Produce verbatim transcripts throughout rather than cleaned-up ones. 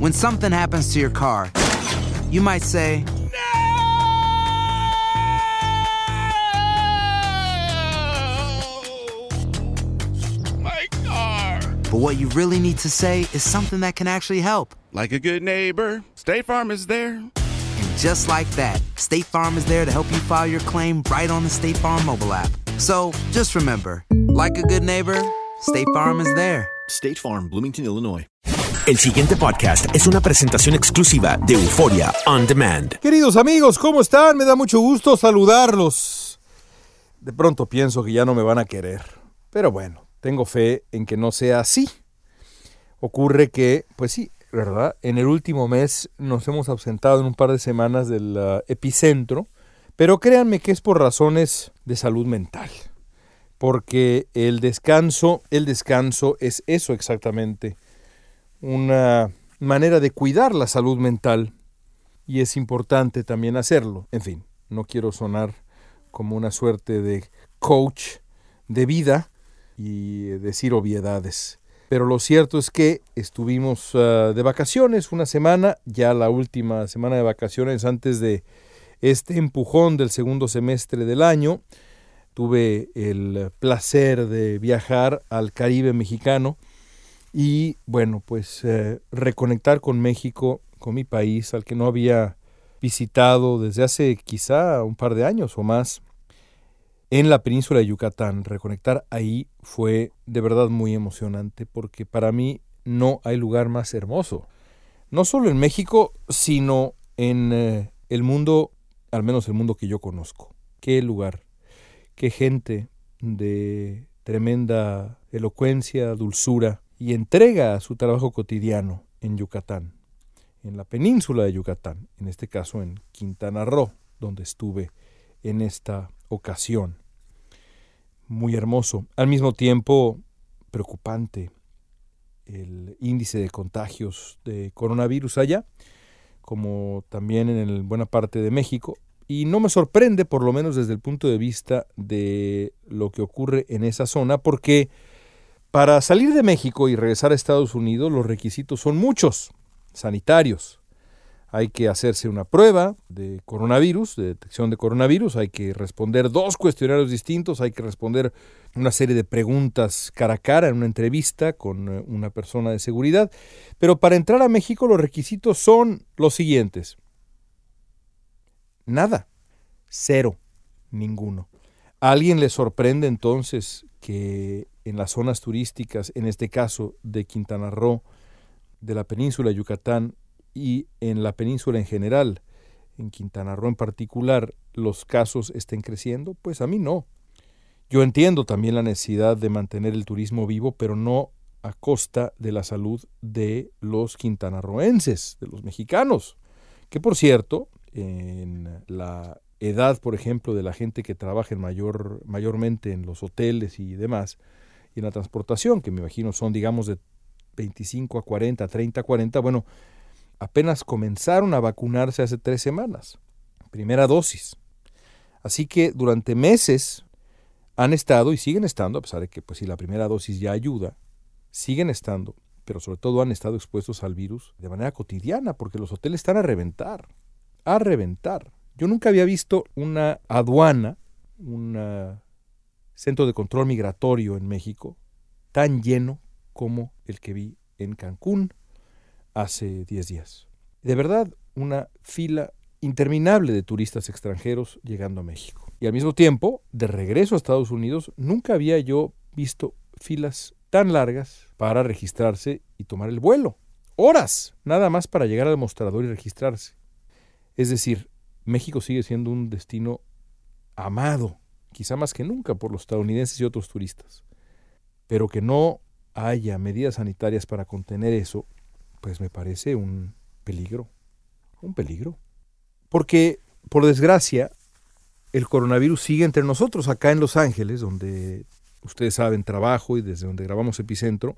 When something happens to your car, you might say, but what you really need to say is something that can actually help. Like a good neighbor, State Farm is there. And just like that, State Farm is there to help you file your claim right on the State Farm mobile app. So, just remember, like a good neighbor, State Farm is there. State Farm, Bloomington, Illinois. El siguiente podcast es una presentación exclusiva de Euforia On Demand. Queridos amigos, ¿cómo están? Me da mucho gusto saludarlos. De pronto pienso que ya no me van a querer, pero bueno, tengo fe en que no sea así. Ocurre que, pues sí, ¿verdad? En el último mes nos hemos ausentado en un par de semanas del uh, epicentro, pero créanme que es por razones de salud mental. Porque el descanso, el descanso es eso exactamente, una manera de cuidar la salud mental y es importante también hacerlo. En fin, no quiero sonar como una suerte de coach de vida y decir obviedades. Pero lo cierto es que estuvimos uh, de vacaciones una semana, ya la última semana de vacaciones antes de este empujón del segundo semestre del año. Tuve el placer de viajar al Caribe mexicano y, bueno, pues eh, reconectar con México, con mi país, al que no había visitado desde hace quizá un par de años o más, en la península de Yucatán. Reconectar ahí fue de verdad muy emocionante porque para mí no hay lugar más hermoso. No solo en México, sino en eh, el mundo, al menos el mundo que yo conozco. Qué lugar. Qué gente de tremenda elocuencia, dulzura y entrega a su trabajo cotidiano en Yucatán, en la península de Yucatán, en este caso en Quintana Roo, donde estuve en esta ocasión. Muy hermoso. Al mismo tiempo, preocupante el índice de contagios de coronavirus allá, como también en buena parte de México. Y no me sorprende, por lo menos desde el punto de vista de lo que ocurre en esa zona, porque para salir de México y regresar a Estados Unidos los requisitos son muchos, sanitarios. Hay que hacerse una prueba de coronavirus, de detección de coronavirus, hay que responder dos cuestionarios distintos, hay que responder una serie de preguntas cara a cara en una entrevista con una persona de seguridad. Pero para entrar a México los requisitos son los siguientes. Nada, cero, ninguno. ¿A alguien le sorprende entonces que en las zonas turísticas, en este caso de Quintana Roo, de la península de Yucatán y en la península en general, en Quintana Roo en particular, los casos estén creciendo? Pues a mí no. Yo entiendo también la necesidad de mantener el turismo vivo, pero no a costa de la salud de los quintanarroenses, de los mexicanos, que por cierto, en la edad, por ejemplo, de la gente que trabaja en mayor, mayormente en los hoteles y demás, y en la transportación, que me imagino son, digamos, de veinticinco a cuarenta, treinta a cuarenta, bueno, apenas comenzaron a vacunarse hace tres semanas, primera dosis. Así que durante meses han estado y siguen estando, a pesar de que pues si la primera dosis ya ayuda, siguen estando, pero sobre todo han estado expuestos al virus de manera cotidiana, porque los hoteles están a reventar. a reventar. Yo nunca había visto una aduana, un centro de control migratorio en México, tan lleno como el que vi en Cancún hace diez días. De verdad, una fila interminable de turistas extranjeros llegando a México. Y al mismo tiempo, de regreso a Estados Unidos, nunca había yo visto filas tan largas para registrarse y tomar el vuelo. Horas, nada más para llegar al mostrador y registrarse. Es decir, México sigue siendo un destino amado, quizá más que nunca por los estadounidenses y otros turistas. Pero que no haya medidas sanitarias para contener eso, pues me parece un peligro, un peligro. Porque, por desgracia, el coronavirus sigue entre nosotros acá en Los Ángeles, donde ustedes saben, trabajo y desde donde grabamos Epicentro.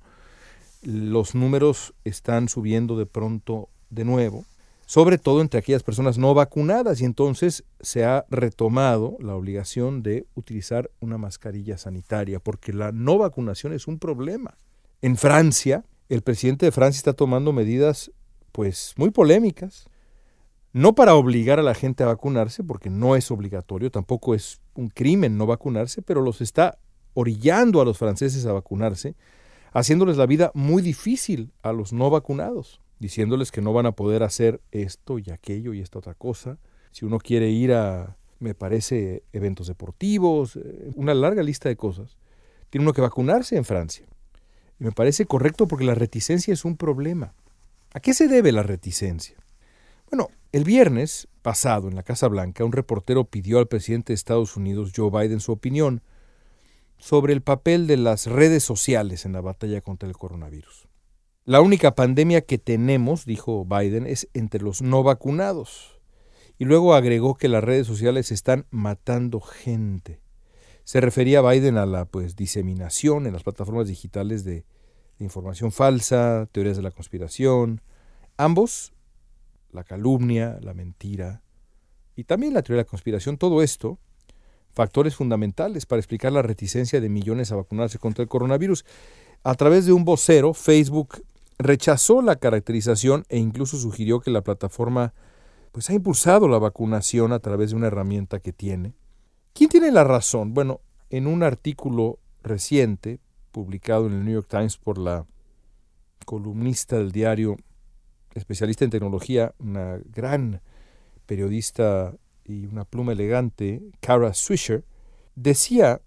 Los números están subiendo de pronto de nuevo, sobre todo entre aquellas personas no vacunadas, y entonces se ha retomado la obligación de utilizar una mascarilla sanitaria, porque la no vacunación es un problema. En Francia, el presidente de Francia está tomando medidas pues muy polémicas, no para obligar a la gente a vacunarse, porque no es obligatorio, tampoco es un crimen no vacunarse, pero los está orillando a los franceses a vacunarse, haciéndoles la vida muy difícil a los no vacunados, diciéndoles que no van a poder hacer esto y aquello y esta otra cosa. Si uno quiere ir a, me parece, eventos deportivos, una larga lista de cosas, tiene uno que vacunarse en Francia. Y me parece correcto porque la reticencia es un problema. ¿A qué se debe la reticencia? Bueno, el viernes pasado en la Casa Blanca, un reportero pidió al presidente de Estados Unidos, Joe Biden, su opinión sobre el papel de las redes sociales en la batalla contra el coronavirus. La única pandemia que tenemos, dijo Biden, es entre los no vacunados. Y luego agregó que las redes sociales están matando gente. Se refería a Biden a la pues, diseminación en las plataformas digitales de, de información falsa, teorías de la conspiración. Ambos, la calumnia, la mentira y también la teoría de la conspiración, todo esto, factores fundamentales para explicar la reticencia de millones a vacunarse contra el coronavirus. A través de un vocero, Facebook rechazó la caracterización e incluso sugirió que la plataforma pues, ha impulsado la vacunación a través de una herramienta que tiene. ¿Quién tiene la razón? Bueno, en un artículo reciente publicado en el New York Times por la columnista del diario, especialista en tecnología, una gran periodista y una pluma elegante, Kara Swisher, decía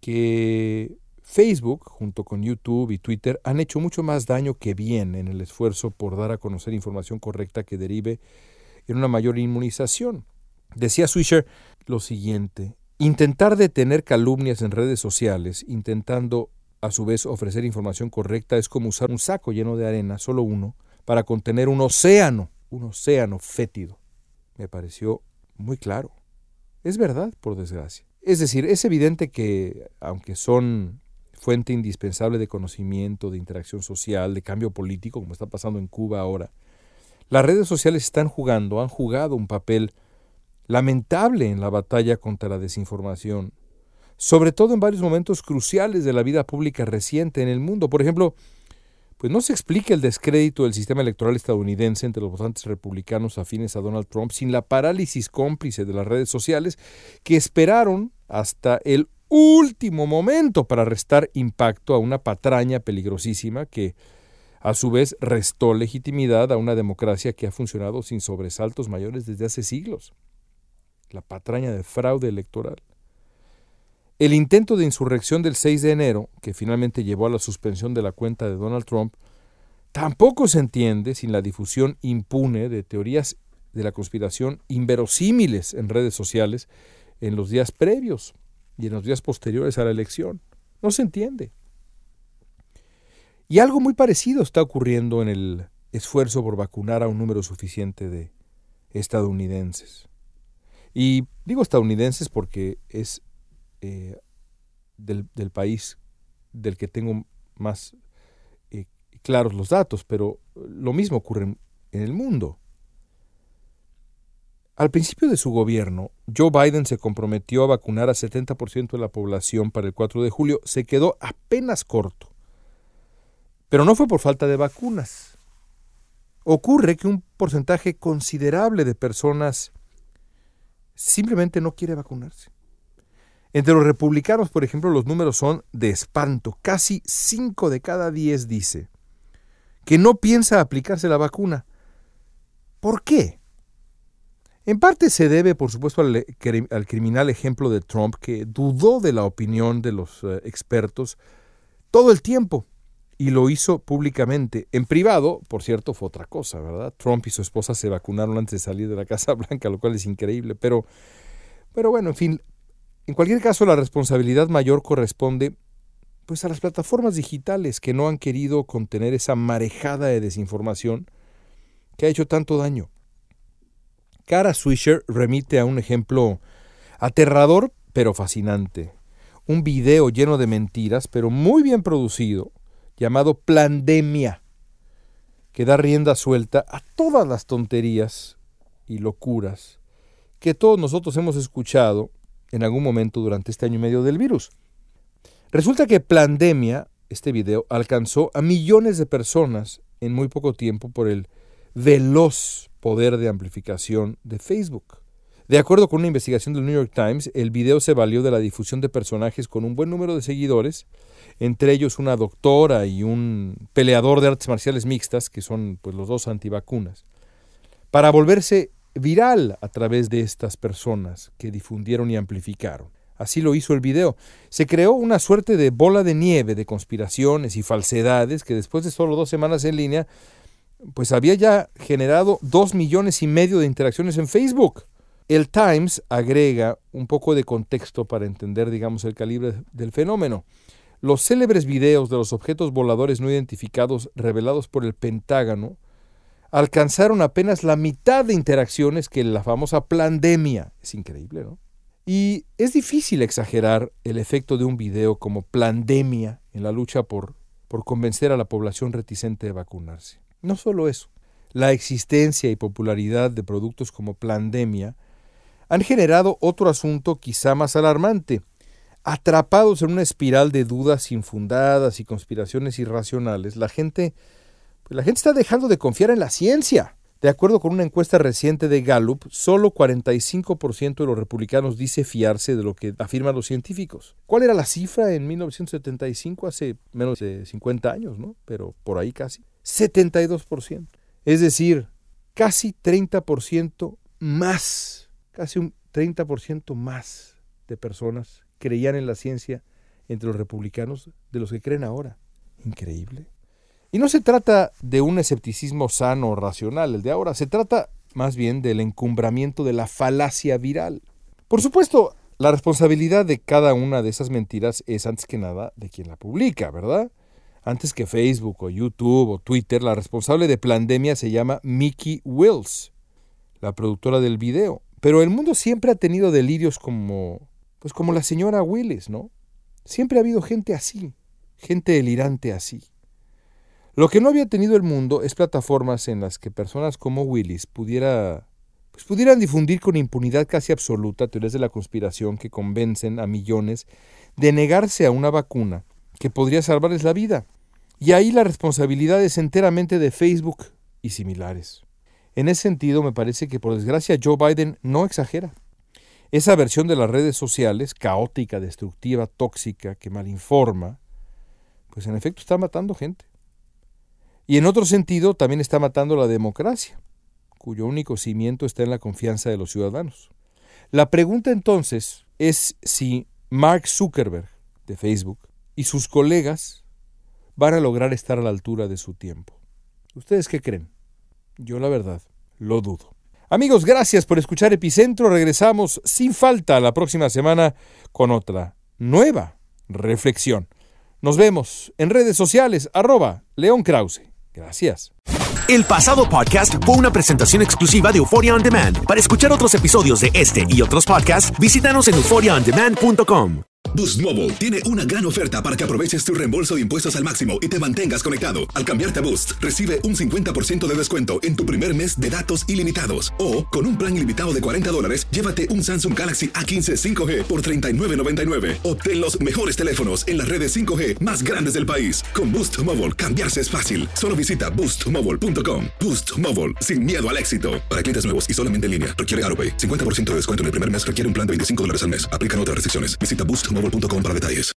que Facebook, junto con YouTube y Twitter, han hecho mucho más daño que bien en el esfuerzo por dar a conocer información correcta que derive en una mayor inmunización. Decía Swisher lo siguiente: intentar detener calumnias en redes sociales, intentando a su vez ofrecer información correcta, es como usar un saco lleno de arena, solo uno, para contener un océano, un océano fétido. Me pareció muy claro. Es verdad, por desgracia. Es decir, es evidente que, aunque son fuente indispensable de conocimiento, de interacción social, de cambio político, como está pasando en Cuba ahora, las redes sociales están jugando, han jugado un papel lamentable en la batalla contra la desinformación, sobre todo en varios momentos cruciales de la vida pública reciente en el mundo. Por ejemplo, pues no se explica el descrédito del sistema electoral estadounidense entre los votantes republicanos afines a Donald Trump sin la parálisis cómplice de las redes sociales que esperaron hasta el último momento para restar impacto a una patraña peligrosísima que, a su vez, restó legitimidad a una democracia que ha funcionado sin sobresaltos mayores desde hace siglos. La patraña de fraude electoral. El intento de insurrección del seis de enero, que finalmente llevó a la suspensión de la cuenta de Donald Trump, tampoco se entiende sin la difusión impune de teorías de la conspiración inverosímiles en redes sociales en los días previos y en los días posteriores a la elección. No se entiende. Y algo muy parecido está ocurriendo en el esfuerzo por vacunar a un número suficiente de estadounidenses. Y digo estadounidenses porque es eh, del, del país del que tengo más eh, claros los datos, pero lo mismo ocurre en, en el mundo. Al principio de su gobierno, Joe Biden se comprometió a vacunar a setenta por ciento de la población para el cuatro de julio. Se quedó apenas corto. Pero no fue por falta de vacunas. Ocurre que un porcentaje considerable de personas simplemente no quiere vacunarse. Entre los republicanos, por ejemplo, los números son de espanto. Casi cinco de cada diez dice que no piensa aplicarse la vacuna. ¿Por qué? En parte se debe, por supuesto, al, al criminal ejemplo de Trump, que dudó de la opinión de los uh, expertos todo el tiempo y lo hizo públicamente. En privado, por cierto, fue otra cosa, ¿verdad? Trump y su esposa se vacunaron antes de salir de la Casa Blanca, lo cual es increíble, pero, pero bueno, en fin, en cualquier caso, la responsabilidad mayor corresponde pues, a las plataformas digitales que no han querido contener esa marejada de desinformación que ha hecho tanto daño. Kara Swisher remite a un ejemplo aterrador pero fascinante. Un video lleno de mentiras, pero muy bien producido, llamado Plandemia, que da rienda suelta a todas las tonterías y locuras que todos nosotros hemos escuchado en algún momento durante este año y medio del virus. Resulta que Plandemia, este video, alcanzó a millones de personas en muy poco tiempo por el veloz poder de amplificación de Facebook. De acuerdo con una investigación del New York Times, el video se valió de la difusión de personajes con un buen número de seguidores, entre ellos una doctora y un peleador de artes marciales mixtas, que son pues, los dos antivacunas, para volverse viral a través de estas personas que difundieron y amplificaron. Así lo hizo el video. Se creó una suerte de bola de nieve de conspiraciones y falsedades que después de solo dos semanas en línea, pues había ya generado dos millones y medio de interacciones en Facebook. El Times agrega un poco de contexto para entender, digamos, el calibre del fenómeno. Los célebres videos de los objetos voladores no identificados revelados por el Pentágono alcanzaron apenas la mitad de interacciones que la famosa plandemia. Es increíble, ¿no? Y es difícil exagerar el efecto de un video como plandemia en la lucha por, por convencer a la población reticente de vacunarse. No solo eso, la existencia y popularidad de productos como plandemia han generado otro asunto quizá más alarmante. Atrapados en una espiral de dudas infundadas y conspiraciones irracionales, la gente, pues la gente está dejando de confiar en la ciencia. De acuerdo con una encuesta reciente de Gallup, solo cuarenta y cinco por ciento de los republicanos dice fiarse de lo que afirman los científicos. ¿Cuál era la cifra en mil novecientos setenta y cinco? Hace menos de cincuenta años, ¿no? Pero por ahí casi. setenta y dos por ciento. Es decir, casi treinta por ciento más, casi un treinta por ciento más de personas creían en la ciencia entre los republicanos de los que creen ahora. Increíble. Y no se trata de un escepticismo sano o racional, el de ahora, se trata más bien del encumbramiento de la falacia viral. Por supuesto, la responsabilidad de cada una de esas mentiras es antes que nada de quien la publica, ¿verdad? Antes que Facebook o YouTube o Twitter, la responsable de Plandemia se llama Mickey Wills, la productora del video. Pero el mundo siempre ha tenido delirios como, pues como la señora Willis, ¿no? Siempre ha habido gente así, gente delirante así. Lo que no había tenido el mundo es plataformas en las que personas como Willis pudiera, pues pudieran difundir con impunidad casi absoluta teorías de la conspiración que convencen a millones de negarse a una vacuna que podría salvarles la vida. Y ahí la responsabilidad es enteramente de Facebook y similares. En ese sentido, me parece que por desgracia Joe Biden no exagera. Esa versión de las redes sociales, caótica, destructiva, tóxica, que malinforma, pues en efecto está matando gente. Y en otro sentido también está matando la democracia, cuyo único cimiento está en la confianza de los ciudadanos. La pregunta entonces es si Mark Zuckerberg, de Facebook, y sus colegas van a lograr estar a la altura de su tiempo. ¿Ustedes qué creen? Yo la verdad, lo dudo. Amigos, gracias por escuchar Epicentro. Regresamos sin falta la próxima semana con otra nueva reflexión. Nos vemos en redes sociales, arroba León Krause. Gracias. El pasado podcast fue una presentación exclusiva de Euphoria On Demand. Para escuchar otros episodios de este y otros podcasts, visítanos en euphoria on demand punto com. Boost Mobile tiene una gran oferta para que aproveches tu reembolso de impuestos al máximo y te mantengas conectado. Al cambiarte a Boost, recibe un cincuenta por ciento de descuento en tu primer mes de datos ilimitados. O, con un plan ilimitado de cuarenta dólares, llévate un Samsung Galaxy A quince cinco G por treinta y nueve noventa y nueve. Obtén los mejores teléfonos en las redes cinco G más grandes del país. Con Boost Mobile, cambiarse es fácil. Solo visita boost mobile punto com. Boost Mobile, sin miedo al éxito. Para clientes nuevos y solamente en línea, requiere AutoPay. cincuenta por ciento de descuento en el primer mes requiere un plan de veinticinco dólares al mes. Aplican otras restricciones. Visita boost mobile punto com para detalles.